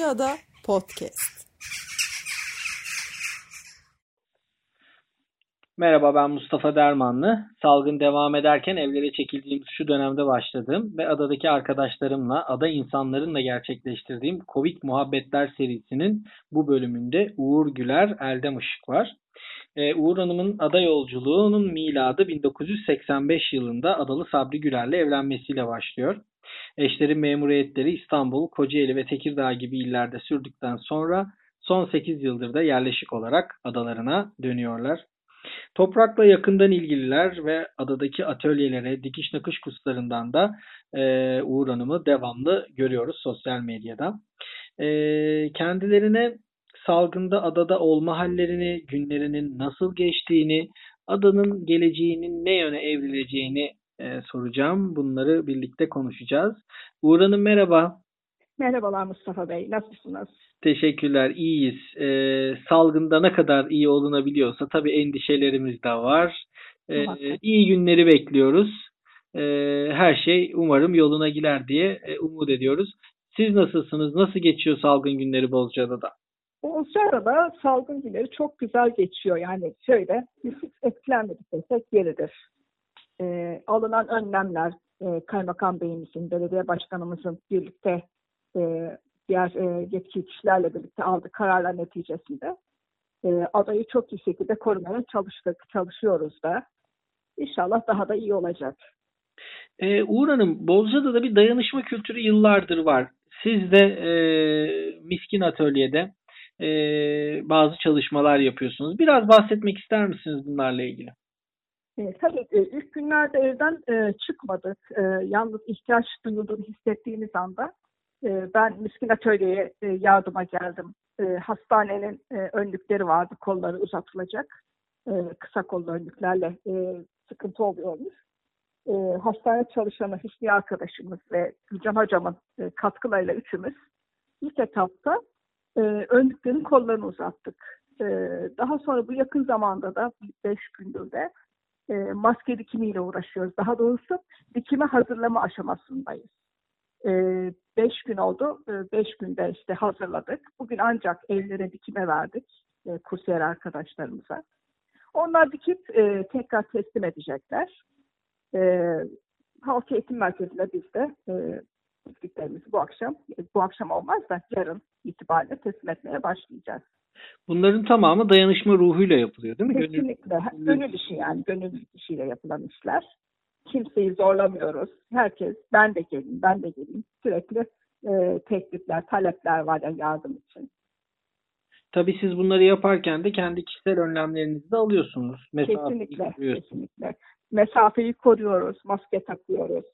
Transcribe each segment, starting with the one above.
Bozcaada Podcast. Merhaba, ben Mustafa Dermanlı. Salgın devam ederken evlere çekildiğimiz şu dönemde başladığım ve adadaki arkadaşlarımla, ada insanlarınla gerçekleştirdiğim Covid Muhabbetler serisinin bu bölümünde Uğur Güler, Eldem Işık var. Uğur Hanım'ın ada yolculuğunun miladı 1985 yılında Adalı Sabri Güler'le evlenmesiyle başlıyor. Eşlerin memuriyetleri İstanbul, Kocaeli ve Tekirdağ gibi illerde sürdükten sonra son 8 yıldır da yerleşik olarak adalarına dönüyorlar. Toprakla yakından ilgililer ve adadaki atölyelere, dikiş nakış kurslarından da Uğur Hanım'ı devamlı görüyoruz sosyal medyada. Kendilerine salgında adada olma hallerini, günlerinin nasıl geçtiğini, adanın geleceğinin ne yöne evrileceğini soracağım. Bunları birlikte konuşacağız. Uğur Hanım merhaba. Merhabalar Mustafa Bey, nasılsınız? Teşekkürler, iyiyiz. Salgında ne kadar iyi olunabiliyorsa tabii endişelerimiz de var. İyi günleri bekliyoruz. Her şey umarım yoluna girer diye umut ediyoruz. Siz nasılsınız? Nasıl geçiyor salgın günleri Bozcaada'da? Bozcaada'da salgın günleri çok güzel geçiyor. Yani şöyle, biz hiç etkilenmedik desek yeridir. Alınan önlemler, Kaymakam Beyimizin, belediye başkanımızın birlikte diğer yetkili kişilerle birlikte aldığı kararlar neticesinde adayı çok iyi şekilde korumaya çalışıyoruz da. İnşallah daha da iyi olacak. Uğur Hanım, Bozcaada'da bir dayanışma kültürü yıllardır var. Siz de Miskin Atölye'de bazı çalışmalar yapıyorsunuz. Biraz bahsetmek ister misiniz bunlarla ilgili? Tabii ilk günlerde evden çıkmadık. Yalnız ihtiyaç duyulduğunu hissettiğimiz anda ben Miskin Atölye'ye yardıma geldim. Hastanenin önlükleri vardı, kolları uzatılacak. Kısa kollu önlüklerle sıkıntı oluyormuş. Hastane çalışanı Hüsniye arkadaşımız ve Gülcan hocamın katkılarıyla üçümüz ilk etapta önlüklerin kollarını uzattık. Daha sonra bu yakın zamanda da 5 gündür de maske dikimiyle uğraşıyoruz. Daha doğrusu dikime hazırlama aşamasındayız. 5 gün oldu. 5 günde işte hazırladık. Bugün ancak evlere dikime verdik kursiyer arkadaşlarımıza. Onlar dikip tekrar teslim edecekler. Halk Eğitim Merkezi'ne biz de diktiklerimizi bu akşam olmaz da yarın itibariyle teslim etmeye başlayacağız. Bunların tamamı dayanışma ruhuyla yapılıyor değil mi? Kesinlikle. Gönül işi yani. Gönül işiyle yapılan işler. Kimseyi zorlamıyoruz. Herkes ben de geleyim. Sürekli teklifler, talepler var ya yardım için. Tabii siz bunları yaparken de kendi kişisel önlemlerinizi de alıyorsunuz. Kesinlikle. Mesafeyi koruyoruz, maske takıyoruz.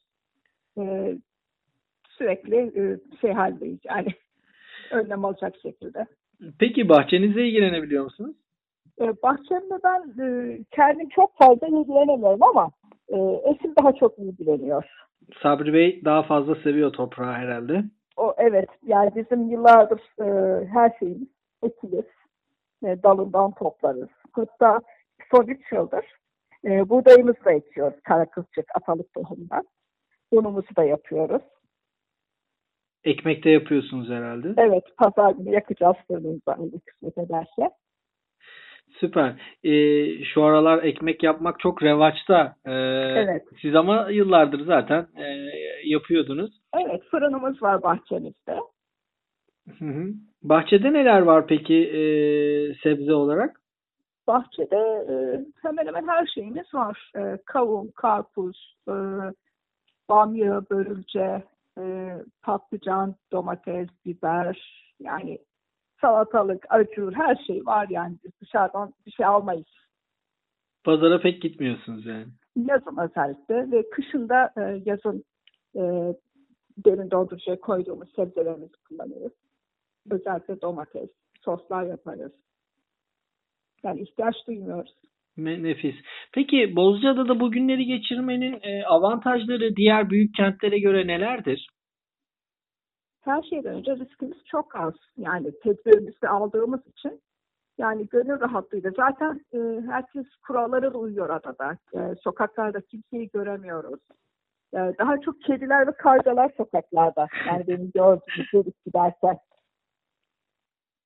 Sürekli haldeyiz yani önlem alacak şekilde. Peki bahçenizle ilgilenebiliyor musunuz? Bahçemde ben kendim çok fazla ilgilenemiyorum ama eşim daha çok ilgileniyor. Sabri Bey daha fazla seviyor toprağı herhalde. Evet, yani bizim yıllardır her şeyimiz ekilir. Dalından toplarız. Hatta son 3 yıldır buğdayımızı da ekiyoruz. Kara kılçık, atalık tohumdan. Unumuzu da yapıyoruz. Ekmek de yapıyorsunuz herhalde. Evet, pazar günü yakacağız fırınımızda kısmet ederse. Süper. Şu aralar ekmek yapmak çok revaçta. Evet. Siz ama yıllardır zaten yapıyordunuz. Evet, fırınımız var bahçemizde. Hı. Bahçede neler var peki sebze olarak? Bahçede hemen hemen her şeyimiz var. Kavun, karpuz, bamya, börülce, patlıcan, domates, biber, yani salatalık, acur, her şey var yani. Biz dışarıdan bir şey almayız. Pazara pek gitmiyorsunuz yani. Yazın özellikle ve kışında yazın derin dondurucuya koyduğumuz sebzelerimizi kullanıyoruz. Özellikle domates, soslar yaparız. Yani ihtiyaç duymuyoruz. Nefis. Peki Bozcaada'da bu günleri geçirmenin avantajları diğer büyük kentlere göre nelerdir? Her şeyden önce riskimiz çok az. Yani tedbirimizi aldığımız için yani gönül rahatlığıyla. Zaten herkes kurallara da uyuyor adada. Sokaklarda kimseyi göremiyoruz. Daha çok kediler ve kargalar sokaklarda. Yani benim gördüğüm gelip giderken.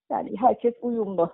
Yani herkes uyumlu.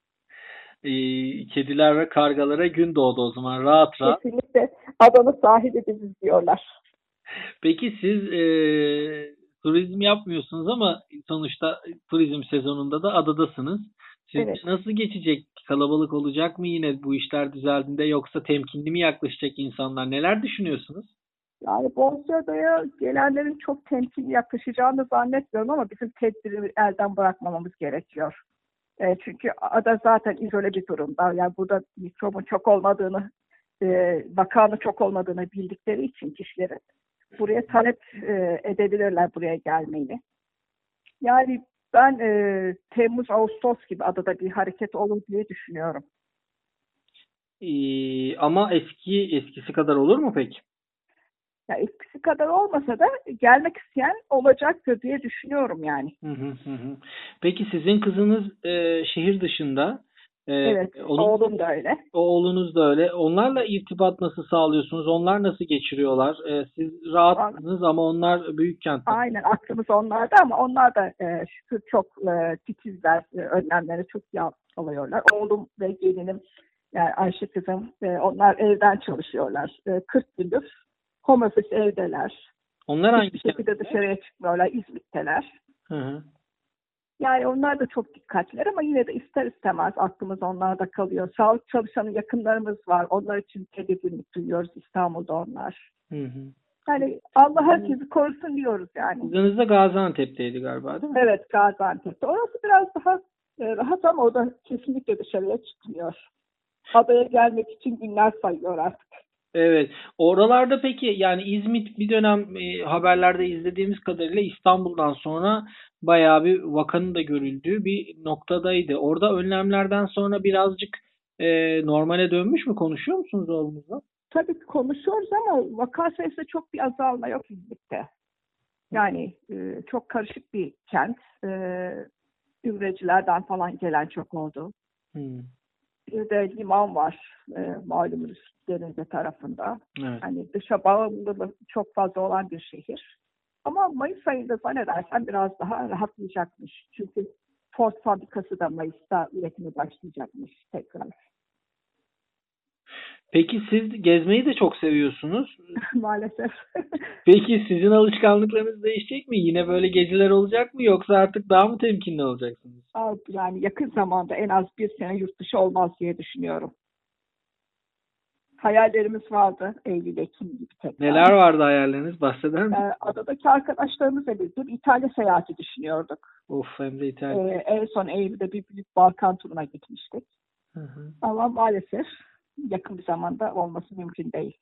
Kediler ve kargalara gün doğdu o zaman. Rahat rahat. Kesinlikle adanın sahibi biziz diyorlar. Peki siz turizm yapmıyorsunuz ama sonuçta turizm sezonunda da adadasınız. Sizce Evet. nasıl geçecek? Kalabalık olacak mı yine bu işler düzeldiğinde, yoksa temkinli mi yaklaşacak insanlar? Neler düşünüyorsunuz? Yani Bozcaada'ya gelenlerin çok temkinli yaklaşacağını zannetmiyorum ama bizim tedbiri elden bırakmamamız gerekiyor. Çünkü ada zaten izole bir durumda. Yani burada mikrobun çok olmadığını, vakanın çok olmadığını bildikleri için kişilerin buraya talep edebilirler buraya gelmeyi. Yani ben Temmuz, Ağustos gibi adada bir hareket olur diye düşünüyorum. Ama eskisi kadar olur mu peki? Ya eskisi kadar olmasa da gelmek isteyen olacaktır diye düşünüyorum yani. Hı hı hı hı. Peki sizin kızınız şehir dışında. Evet, oğlum da öyle. Oğlunuz da öyle. Onlarla irtibat nasıl sağlıyorsunuz? Onlar nasıl geçiriyorlar? Siz rahatsınız ama onlar büyük kentte. Aynen, aklımız onlarda ama onlar da şükür çok titizler, önlemleri çok iyi alıyorlar. Oğlum ve gelinim, yani Ayşe kızım, onlar evden çalışıyorlar. 40 gündür home office evdeler. Onlar hangi Hiçbir şekilde kentte? dışarıya çıkmıyorlar, İzmit'teler. Hı hı. Yani onlar da çok dikkatliler ama yine de ister istemez aklımız onlarda kalıyor. Sağlık çalışanı yakınlarımız var. Onlar için tedirginlik duyuyoruz, İstanbul'da onlar. Hı hı. Yani Allah herkesi korusun diyoruz yani. Kızınız da Gaziantep'teydi galiba, değil mi? Evet, Gaziantep'te. Orası biraz daha rahat ama o da kesinlikle dışarıya çıkmıyor. Adaya gelmek için günler sayıyor artık. Evet. Oralarda peki, yani İzmit bir dönem haberlerde izlediğimiz kadarıyla İstanbul'dan sonra bayağı bir vakanın da görüldüğü bir noktadaydı. Orada önlemlerden sonra birazcık normale dönmüş mü? Konuşuyor musunuz oğlunuzla? Tabii konuşuyoruz ama vaka sayısında çok bir azalma yok İzmit'te. Yani çok karışık bir kent. Üreticilerden falan gelen çok oldu. Hmm. Bir de liman var malumunuz denize tarafında. Evet. Hani dışa bağımlılığı çok fazla olan bir şehir. Ama Mayıs ayında zannedersem biraz daha rahatlayacakmış. Çünkü Ford fabrikası da Mayıs'ta üretimi başlayacakmış tekrar. Peki siz gezmeyi de çok seviyorsunuz. Maalesef. Peki sizin alışkanlıklarınız değişecek mi? Yine böyle geziler olacak mı, yoksa artık daha mı temkinli olacaksınız? Yani yakın zamanda en az bir sene yurt dışı olmaz diye düşünüyorum. Hayallerimiz vardı. Eylül, Ekim gibi tekrar. Neler vardı hayalleriniz? Bahseder misiniz? Adadaki arkadaşlarımızla birlikte bir İtalya seyahati düşünüyorduk. Of, hem de İtalya. En son Eylül'de bir büyük Balkan turuna gitmiştik. Hı hı. Ama maalesef yakın bir zamanda olması mümkün değil.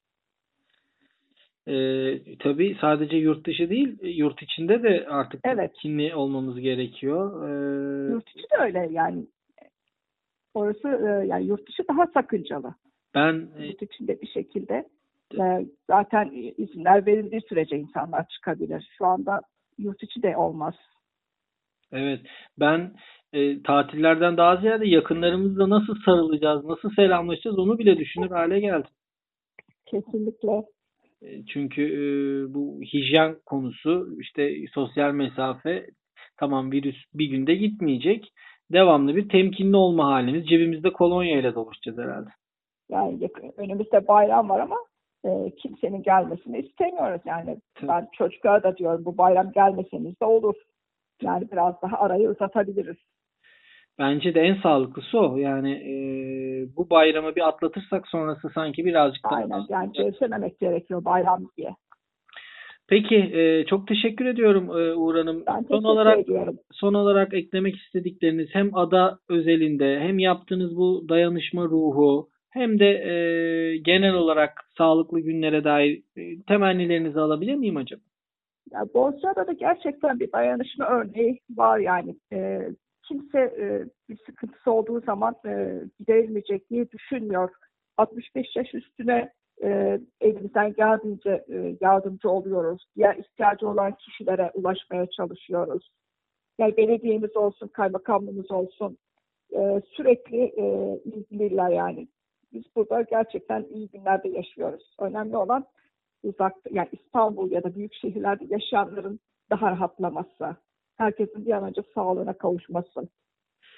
Tabii sadece yurt dışı değil, yurt içinde de artık Evet. temkinli olmamız gerekiyor. Yurt içi de öyle yani. Orası yani yurt dışı daha sakıncalı. Ben Yurt içinde bir şekilde zaten izinler verildiği sürece insanlar çıkabilir. Şu anda yurt içi de olmaz. evet, ben tatillerden daha ziyade yakınlarımızla nasıl sarılacağız, nasıl selamlaşacağız onu bile düşünür hale geldim. Kesinlikle. Çünkü bu hijyen konusu, işte sosyal mesafe, tamam, virüs bir günde gitmeyecek. Devamlı bir temkinli olma halimiz. Cebimizde kolonya ile dolaşacağız herhalde. Yani önümüzde bayram var ama kimsenin gelmesini istemiyoruz yani. Ben çocuklara da diyorum bu bayram gelmeseniz de olur. Yani biraz daha arayı uzatabiliriz. Bence de en sağlıklısı o. Yani bu bayramı bir atlatırsak sonrası sanki birazcık daha... Aynen, yani gevşememek gerekiyor bayram diye. Peki, çok teşekkür ediyorum Uğur Hanım. Ben teşekkür ediyorum. Son olarak eklemek istedikleriniz, hem ada özelinde hem yaptığınız bu dayanışma ruhu, hem de genel olarak sağlıklı günlere dair temennilerinizi alabilir miyim acaba? Ya Bozcaada'da gerçekten bir dayanışma örneği var yani. Kimse bir sıkıntısı olduğu zaman giderilmeyecek diye düşünmüyor. 65 yaş üstüne elimizden geldiğince yardımcı oluyoruz. Diğer ihtiyacı olan kişilere ulaşmaya çalışıyoruz. Yani belediyemiz olsun, kaymakamlığımız olsun sürekli ilgililer yani. Biz burada gerçekten iyi günlerde yaşıyoruz. Önemli olan uzakta, yani İstanbul ya da büyük şehirlerde yaşayanların daha rahatlaması. Herkesin bir an önce sağlığına kavuşması.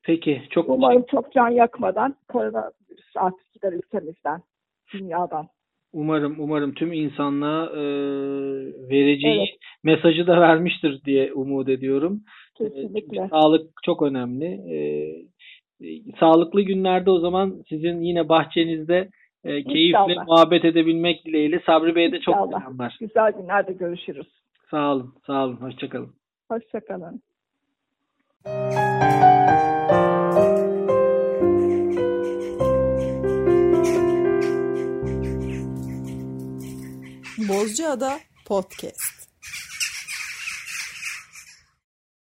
Peki. Çok Umarım çok can yakmadan koronavirüs artık gider ülkemizden, dünyadan. Umarım tüm insanlığa vereceği Evet. mesajı da vermiştir diye umut ediyorum. Kesinlikle. Çünkü sağlık çok önemli. Sağlıklı günlerde o zaman sizin yine bahçenizde keyifle İnşallah. muhabbet edebilmek dileğiyle. Sabri Bey'e de çok İnşallah. selamlar. Güzel günlerde görüşürüz. Sağ olun. Hoşça kalın. Hoşça kalın. Bozcaada Podcast.